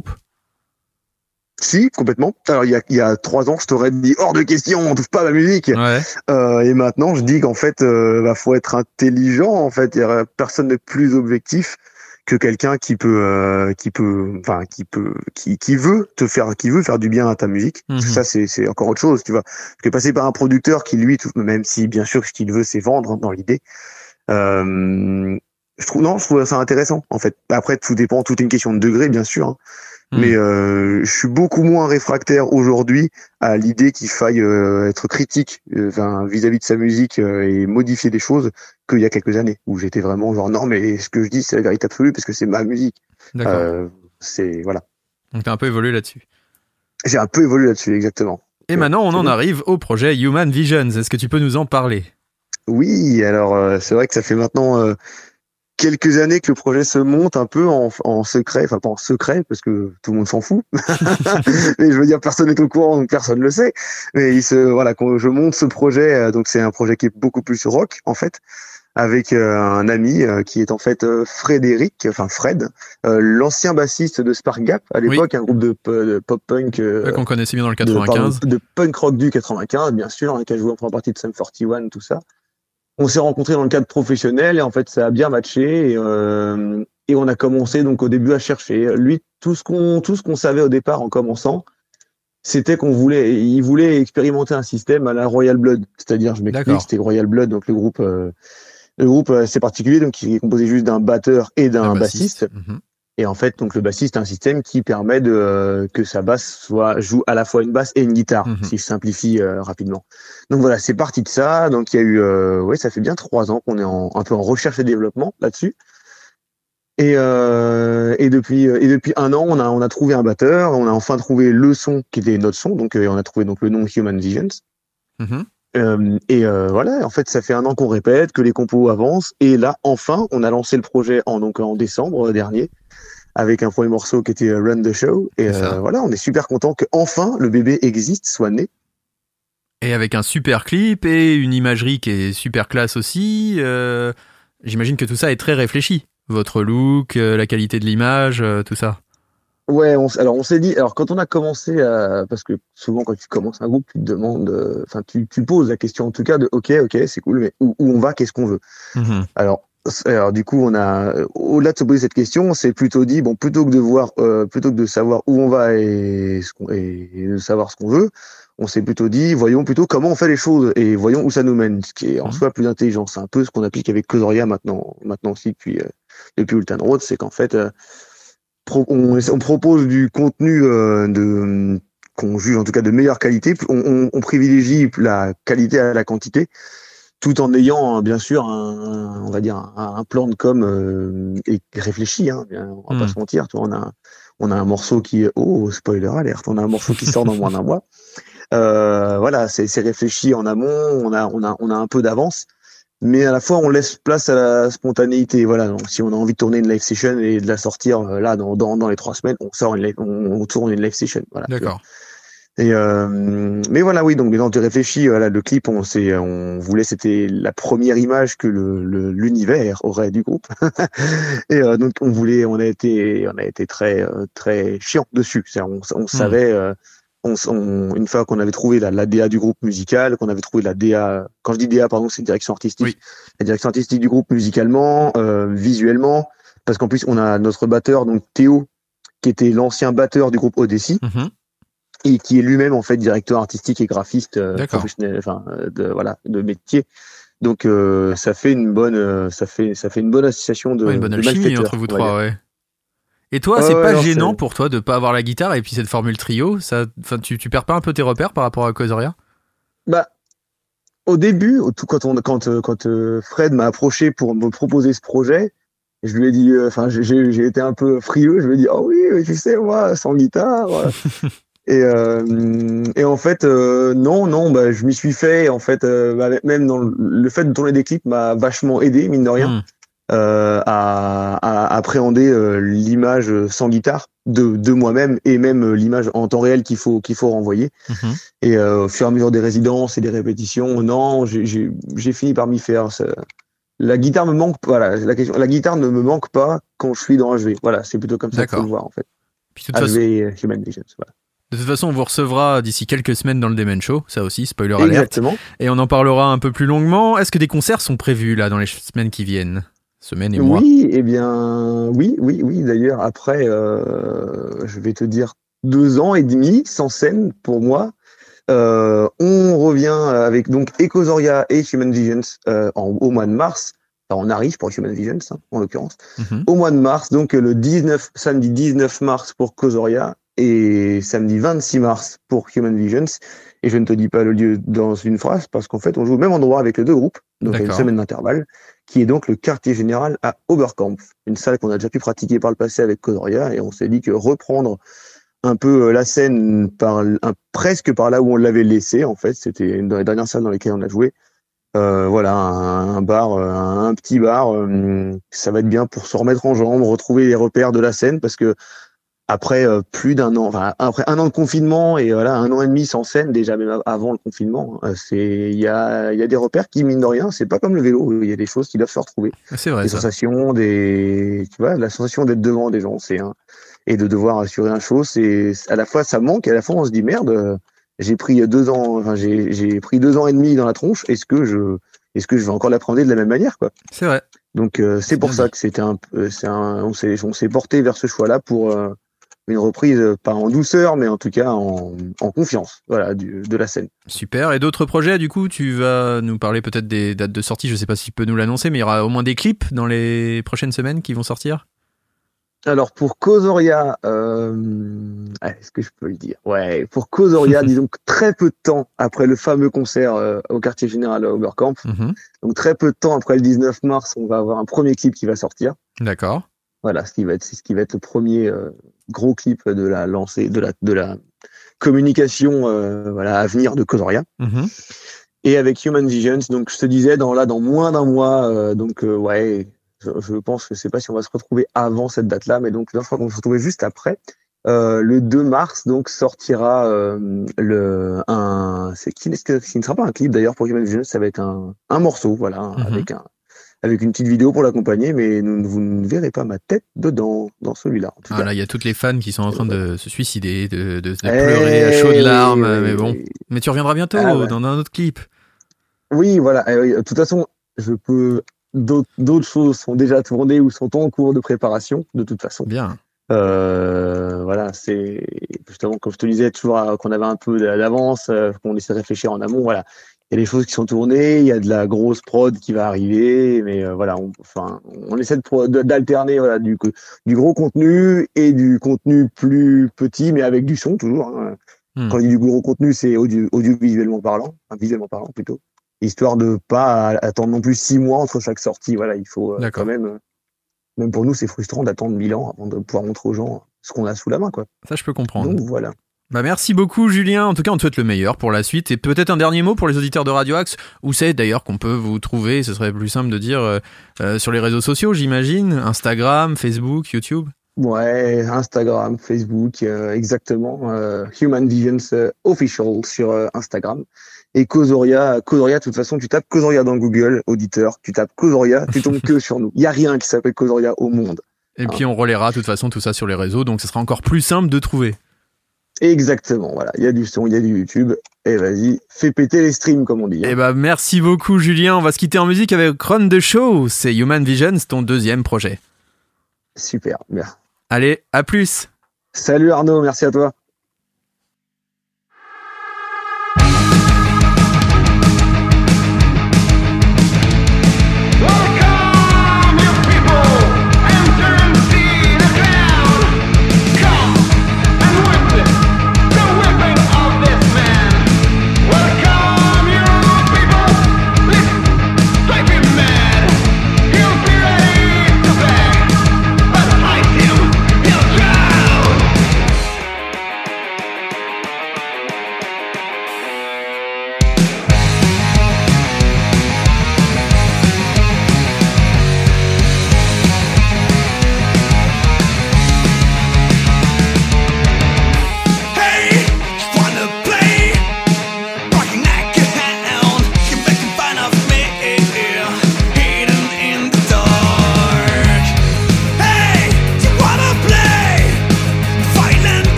Si, complètement. Alors il y a 3 ans, je t'aurais dit hors de question, on touche pas à ma musique. Ouais. Et maintenant, je dis qu'en fait, faut être intelligent. En fait, il y a personne de plus objectif que quelqu'un qui veut faire du bien à ta musique. Ça, c'est encore autre chose, tu vois. Parce que passer par un producteur qui, lui, même si, bien sûr, ce qu'il veut, c'est vendre dans l'idée, je trouve ça intéressant, en fait. Après, tout dépend, tout est une question de degré, bien sûr, hein. Mais je suis beaucoup moins réfractaire aujourd'hui à l'idée qu'il faille être critique vis-à-vis de sa musique et modifier des choses qu'il y a quelques années où j'étais vraiment genre non mais ce que je dis c'est la vérité absolue parce que c'est ma musique. D'accord. Voilà. Donc t'as un peu évolué là-dessus. J'ai un peu évolué là-dessus, exactement. Et maintenant on en arrive au projet Human Visions. Est-ce que tu peux nous en parler ? Oui, alors c'est vrai que ça fait maintenant quelques années que le projet se monte un peu en secret, enfin pas en secret parce que tout le monde s'en fout. Mais je veux dire personne n'est au courant donc personne le sait. Mais quand je monte ce projet, donc c'est un projet qui est beaucoup plus rock en fait, avec un ami qui est en fait Fred, l'ancien bassiste de Spark Gap à l'époque, un groupe de pop-punk qu'on connaissait bien dans le 95, de punk rock du 95 bien sûr, qui a joué en première partie de Sum 41, tout ça. On s'est rencontrés dans le cadre professionnel et en fait ça a bien matché et on a commencé donc au début à chercher. Lui, tout ce qu'on savait au départ en commençant, c'était ils voulaient expérimenter un système à la Royal Blood. C'est-à-dire, je m'explique, D'accord. c'était Royal Blood, donc le groupe assez particulier, donc qui est composé juste d'un batteur et d'un bassiste. Mhm. Et en fait, donc le bassiste, c'est un système qui permet que sa basse joue à la fois une basse et une guitare, Mhm. si je simplifie rapidement. Donc voilà, c'est parti de ça. Donc il y a eu, ça fait bien 3 ans qu'on est un peu en recherche et développement là-dessus. Et depuis 1 an, on a trouvé un batteur, on a enfin trouvé le son qui était notre son, donc on a trouvé donc le nom Human Visions. Mhm. Voilà, en fait, ça fait 1 an qu'on répète, que les compos avancent, et là, enfin, on a lancé le projet en décembre dernier, avec un premier morceau qui était Run the Show, et C'est ça. voilà, on est super content que enfin le bébé existe, soit né. Et avec un super clip et une imagerie qui est super classe aussi. J'imagine que tout ça est très réfléchi. Votre look, la qualité de l'image, tout ça. Ouais, alors on s'est dit, alors quand on a commencé parce que souvent quand tu commences un groupe, tu te demandes, tu poses la question en tout cas de, ok, c'est cool, mais où on va, qu'est-ce qu'on veut? Mhm. Alors du coup, on a, au-delà de se poser cette question, on s'est plutôt dit, bon, plutôt que de savoir où on va et de savoir ce qu'on veut, on s'est plutôt dit, voyons plutôt comment on fait les choses et voyons où ça nous mène, ce qui est en soi plus intelligent. C'est un peu ce qu'on applique avec Closoria maintenant aussi depuis Ultan Road, c'est qu'en fait, on propose du contenu qu'on juge en tout cas de meilleure qualité. On privilégie la qualité à la quantité, tout en ayant bien sûr on va dire un plan de com et réfléchi. Hein, on va pas se mentir. Tu vois, on a un morceau qui spoiler alerte. On a un morceau qui sort dans moins d'un mois. Voilà, c'est réfléchi en amont. On a un peu d'avance. Mais à la fois, on laisse place à la spontanéité. Voilà, donc, si on a envie de tourner une live session et de la sortir là dans les 3 semaines, on tourne une live session. Voilà. D'accord. Et mais voilà, oui. Donc, mais quand tu réfléchis, voilà, le clip, c'était la première image que l'univers aurait du groupe. Et donc, on a été très très chiant dessus. On savait. Une fois qu'on avait trouvé la DA du groupe musical, qu'on avait trouvé la DA, quand je dis DA, pardon, c'est direction artistique, Oui. La direction artistique du groupe musicalement, visuellement, parce qu'en plus on a notre batteur, donc Théo, qui était l'ancien batteur du groupe Odyssey, Mhm. et qui est lui-même en fait directeur artistique et graphiste D'accord. professionnel, de métier. Donc ça fait une bonne association de Ouais, une bonne de alchimie malfaiteurs, entre vous on va trois, dire. ouais. Et toi, Ouais, c'est pas non, gênant pour toi de pas avoir la guitare et puis cette formule trio, ça, enfin, tu perds pas un peu tes repères par rapport à Causoria? Bah, au début, quand Fred m'a approché pour me proposer ce projet, je lui ai dit, j'ai été un peu frileux. Je lui ai dit, oh oui, tu sais, moi, sans guitare. Et en fait, non, bah, je m'y suis fait. En fait, même dans le fait de tourner des clips m'a vachement aidé, mine de rien, Mhm. à appréhender l'image sans guitare de moi-même et même l'image en temps réel qu'il faut renvoyer. Mhm. Et au fur et à mesure des résidences et des répétitions, non, j'ai fini par m'y faire. La guitare me manque, voilà, la guitare ne me manque pas quand je suis dans HV. Voilà, c'est plutôt comme ça qu'il faut D'accord. le voir en fait. Puis de toute façon, HV Human Visions, voilà. de toute façon, on vous recevra d'ici quelques semaines dans le Demen Show, ça aussi, spoiler alert. Exactement. Et on en parlera un peu plus longuement. Est-ce que des concerts sont prévus là dans les semaines qui viennent? Semaines et mois. Oui, eh bien, oui. D'ailleurs, après, je vais te dire 2 ans et demi sans scène pour moi. On revient avec donc Ecosoria et Human Visions au mois de mars. Enfin, on arrive pour Human Visions, hein, en l'occurrence. Mhm. Au mois de mars, donc samedi 19 mars pour Cosoria et samedi 26 mars pour Human Visions. Et je ne te dis pas le lieu dans une phrase parce qu'en fait, on joue au même endroit avec les 2 groupes, donc à une D'accord. semaine d'intervalle, qui est donc le quartier général à Oberkampf, une salle qu'on a déjà pu pratiquer par le passé avec Cosoria, et on s'est dit que reprendre un peu la scène presque par là où on l'avait laissé, en fait, c'était dans les dernières salles dans lesquelles on a joué. Voilà, un bar, un petit bar, ça va être bien pour se remettre en jambes, retrouver les repères de la scène, parce que après plus d'un an, après 1 an de confinement et voilà 1 an et demi sans scène, déjà même avant le confinement, il y a des repères qui, mine de rien, c'est pas comme le vélo, il y a des choses qui doivent se retrouver, C'est vrai des ça. sensations, tu vois, la sensation d'être devant des gens, et de devoir assurer un show, c'est à la fois ça manque, et à la fois on se dit merde, j'ai pris 2 ans, j'ai pris 2 ans et demi dans la tronche, est-ce que je vais encore l'appréhender de la même manière, quoi. C'est vrai. Donc c'est pour bien ça dit. que c'était on s'est porté vers ce choix-là une reprise pas en douceur, mais en tout cas en confiance, voilà, de la scène. Super. Et d'autres projets, du coup, tu vas nous parler peut-être des dates de sortie. Je sais pas si tu peux nous l'annoncer, mais il y aura au moins des clips dans les prochaines semaines qui vont sortir. Alors pour Kozoria, est-ce que je peux le dire? Ouais, pour Kozoria, disons que très peu de temps après le fameux concert au quartier général à Oberkamp, donc très peu de temps après le 19 mars, on va avoir un premier clip qui va sortir. D'accord. Voilà, ce qui va être le premier gros clip de la lancée, de la communication voilà, à venir de Kozoria. Et avec Human Visions, donc je te disais dans moins d'un mois, ouais. Je pense que je sais pas si on va se retrouver avant cette date-là, mais donc là, je crois qu'on va se retrouver juste après. Le 2 mars, donc, sortira qui ne sera pas un clip d'ailleurs pour Human Visions, ça va être un morceau, voilà, avec une petite vidéo pour l'accompagner, mais vous ne verrez pas ma tête dedans, dans celui-là. En tout cas. Là, il y a toutes les fans qui sont en train de se suicider, de pleurer à chaudes larmes, mais bon. Mais tu reviendras bientôt dans un autre clip. Oui, voilà. De toute façon, d'autres choses sont déjà tournées ou sont en cours de préparation, de toute façon. Bien. Voilà, c'est justement, comme je te disais, toujours qu'on avait un peu d'avance, qu'on essaie de réfléchir en amont. Voilà, il y a des choses qui sont tournées, il y a de la grosse prod qui va arriver, mais voilà, on essaie d'alterner voilà, du gros contenu et du contenu plus petit, mais avec du son toujours. Hein. Quand il y a du gros contenu, c'est visuellement parlant plutôt. Histoire de pas attendre non plus 6 mois entre chaque sortie. Voilà, il faut quand même pour nous, c'est frustrant d'attendre 1000 ans avant de pouvoir montrer aux gens ce qu'on a sous la main, quoi. Ça, je peux comprendre. Donc voilà. Merci beaucoup, Julien. En tout cas, on te souhaite le meilleur pour la suite. Et peut-être un dernier mot pour les auditeurs de Radio Axe. Où c'est d'ailleurs qu'on peut vous trouver? Ce serait plus simple de dire sur les réseaux sociaux, j'imagine. Instagram, Facebook, YouTube. Ouais, Instagram, Facebook, exactement. Human Visions Official sur Instagram. Et Kozoria, de toute façon, tu tapes Kozoria dans Google, auditeur, tu tapes Kozoria, tu tombes que sur nous. Il y a rien qui s'appelle Kozoria au monde. Et puis on relaiera de toute façon tout ça sur les réseaux, donc ce sera encore plus simple de trouver. Exactement, voilà. Il y a du son, il y a du YouTube. Et vas-y, fais péter les streams, comme on dit. Eh merci beaucoup, Julien. On va se quitter en musique avec Run the Show. C'est Human Visions, ton deuxième projet. Super, bien. Allez, à plus. Salut Arnaud, merci à toi.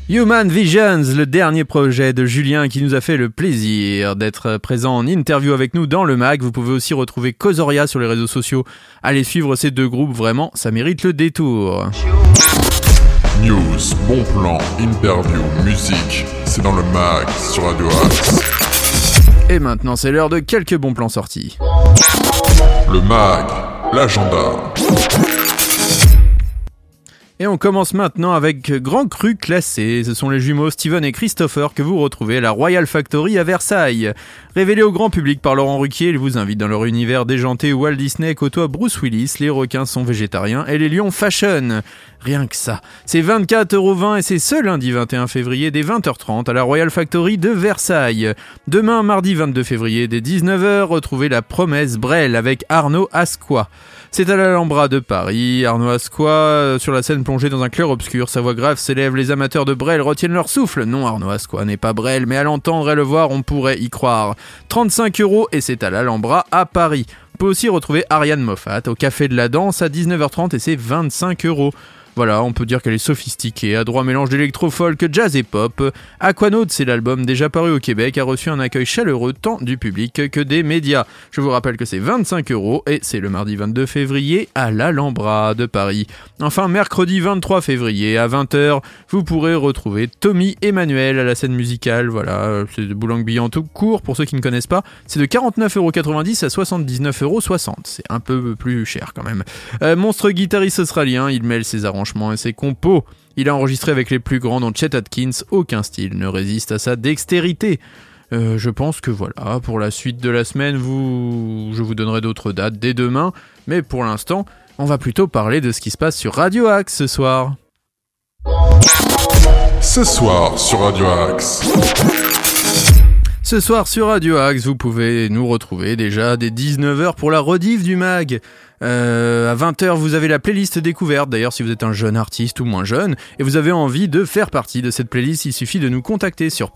Human Visions, le dernier projet de Julien qui nous a fait le plaisir d'être présent en interview avec nous dans le mag. Vous pouvez aussi retrouver Kozoria sur les réseaux sociaux. Allez suivre ces deux groupes, vraiment, ça mérite le détour. News, bon plan, interview, musique, c'est dans le mag sur Radio Axe. Et maintenant, c'est l'heure de quelques bons plans sortis. Le mag, l'agenda. Et on commence maintenant avec Grand Cru classé. Ce sont les jumeaux Steven et Christopher que vous retrouvez à la Royal Factory à Versailles. Révélés au grand public par Laurent Ruquier, ils vous invitent dans leur univers déjanté où Walt Disney côtoie Bruce Willis, les requins sont végétariens et les lions fashion. Rien que ça. C'est 24,20€ et c'est ce lundi 21 février dès 20h30 à la Royal Factory de Versailles. Demain, mardi 22 février dès 19h, retrouvez La Promesse Brel avec Arnaud Asquois. C'est à l'Alhambra de Paris. Arnaud Asquois, sur la scène plongée dans un clair obscur, sa voix grave s'élève, les amateurs de Brel retiennent leur souffle. Non, Arnaud Asquois n'est pas Brel, mais à l'entendre et le voir, on pourrait y croire. 35€ et c'est à l'Alhambra à Paris. On peut aussi retrouver Ariane Moffat au Café de la Danse à 19h30 et c'est 25€. Voilà, on peut dire qu'elle est sophistiquée, adroit mélange d'électro-folk, jazz et pop. Aquanaut, c'est l'album déjà paru au Québec, a reçu un accueil chaleureux tant du public que des médias. Je vous rappelle que c'est 25€ et c'est le mardi 22 février à l'Alhambra de Paris. Enfin, mercredi 23 février à 20h, vous pourrez retrouver Tommy Emmanuel à la scène musicale. Voilà, c'est de Boulogne-Billancourt tout court pour ceux qui ne connaissent pas. C'est de 49,90€ à 79,60€. C'est un peu plus cher quand même. Monstre guitariste australien, il mêle ses arrangements et ses compos. Il a enregistré avec les plus grands dont Chet Atkins, aucun style ne résiste à sa dextérité. Je pense que voilà, pour la suite de la semaine, je vous donnerai d'autres dates dès demain, mais pour l'instant, on va plutôt parler de ce qui se passe sur Radio Axe ce soir. Ce soir sur Radio Axe. Ce soir sur Radio Axe, vous pouvez nous retrouver déjà dès 19h pour la rediff du mag. À 20h, vous avez la playlist découverte. D'ailleurs, si vous êtes un jeune artiste ou moins jeune et vous avez envie de faire partie de cette playlist, il suffit de nous contacter sur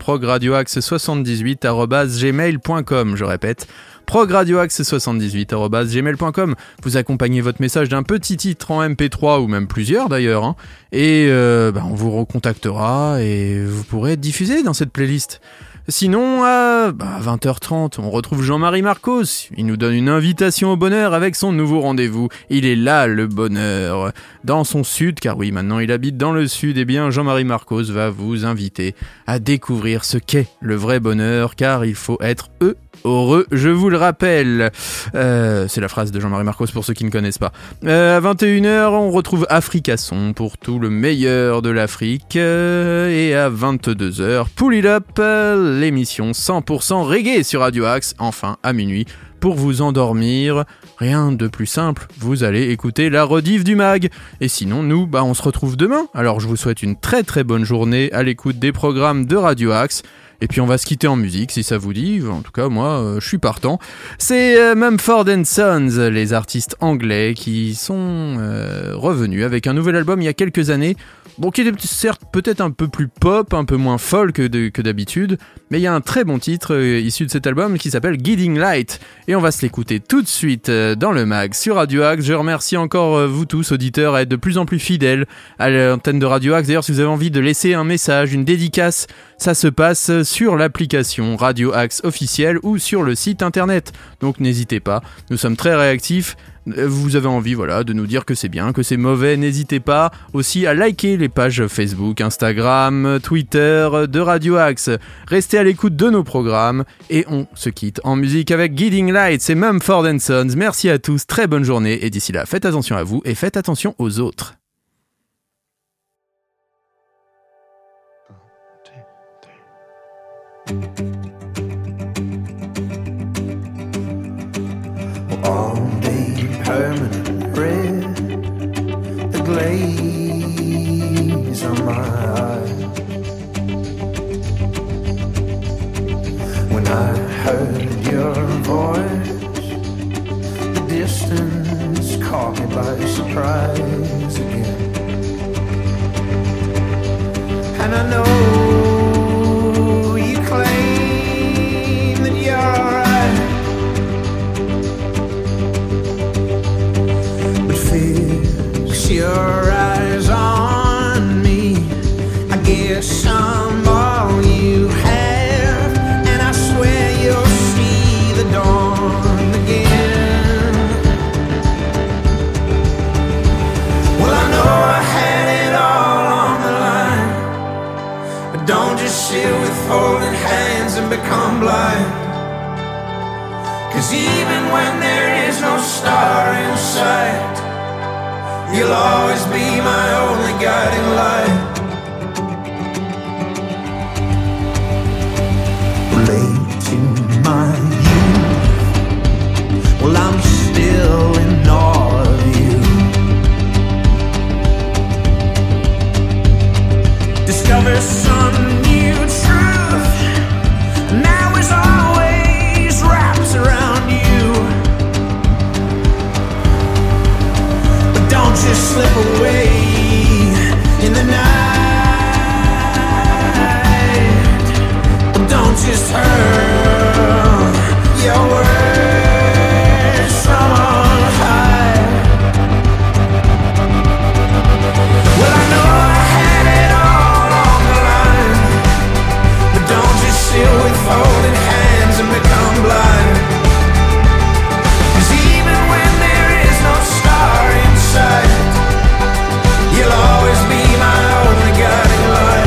progradioaxe78@gmail.com. Je répète, progradioaxe78@gmail.com. Vous accompagnez votre message d'un petit titre en MP3 ou même plusieurs d'ailleurs, hein, et on vous recontactera et vous pourrez être diffusé dans cette playlist. Sinon, à 20h30, on retrouve Jean-Marie Marcos. Il nous donne une invitation au bonheur avec son nouveau rendez-vous. Il est là, le bonheur. Dans son sud, car oui, maintenant il habite dans le sud, eh bien, Jean-Marie Marcos va vous inviter à découvrir ce qu'est le vrai bonheur, car il faut être heureux, je vous le rappelle. C'est la phrase de Jean-Marie Marcos pour ceux qui ne connaissent pas. À 21h, on retrouve Africasson pour tout le meilleur de l'Afrique. Et à 22h, Pull It Up, l'émission 100% reggae sur Radio Axe, enfin à minuit. Pour vous endormir, rien de plus simple, vous allez écouter la rediff du mag. Et sinon, nous, on se retrouve demain. Alors je vous souhaite une très très bonne journée à l'écoute des programmes de Radio Axe. Et puis on va se quitter en musique si ça vous dit. En tout cas moi je suis partant. C'est Mumford & Sons, les artistes anglais qui sont revenus avec un nouvel album il y a quelques années. Bon, qui est certes peut-être un peu plus pop, un peu moins folk que d'habitude, mais il y a un très bon titre issu de cet album qui s'appelle Guiding Light. Et on va se l'écouter tout de suite dans le mag sur Radio Axe. Je remercie encore vous tous auditeurs à être de plus en plus fidèles à l'antenne de Radio Axe. D'ailleurs, si vous avez envie de laisser un message, une dédicace, ça se passe sur l'application Radio Axe officielle ou sur le site internet. Donc n'hésitez pas, nous sommes très réactifs. Vous avez envie de nous dire que c'est bien, que c'est mauvais, n'hésitez pas aussi à liker les pages Facebook, Instagram, Twitter de Radio Axe. Restez à l'écoute de nos programmes et on se quitte en musique avec Guiding Light, c'est Mumford & Sons. Merci à tous, très bonne journée et d'ici là, faites attention à vous et faites attention aux autres. All day permanent red, the glaze on my eyes. When I heard your voice, the distance caught me by surprise again. And I know you claim that you're your eyes on me, I guess some all you have, and I swear you'll see the dawn again. Well, I know I had it all on the line, but don't just sit with folded hands and become blind. 'Cause even when there is no star in sight, you'll always be my only guiding light. Late in my youth, well, I'm still in awe of you. Discover some new truth, now is always wrapped around you. But don't just slip away in the night. Don't just hurl your words from on high. Well, I know I had it all on the line, but don't just sit with folded hands and become blind. 'Cause even when there is no star in sight, you'll always be my only guiding light.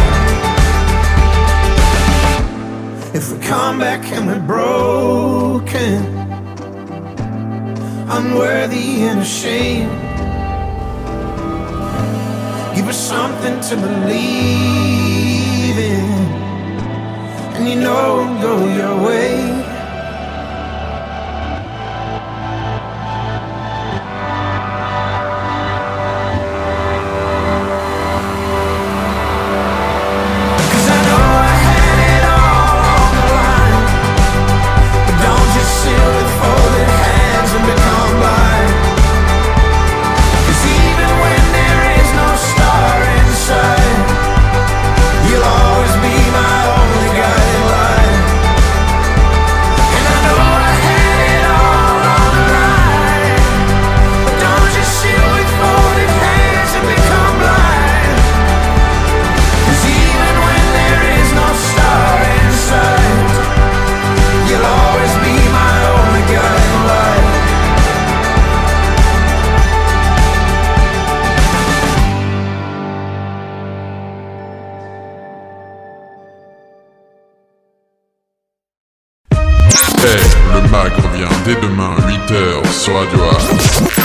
If we come back and we're broken, unworthy and ashamed, give us something to believe in, and you know it'll go your way. Le MAG revient dès demain 8h sur Radio Axe.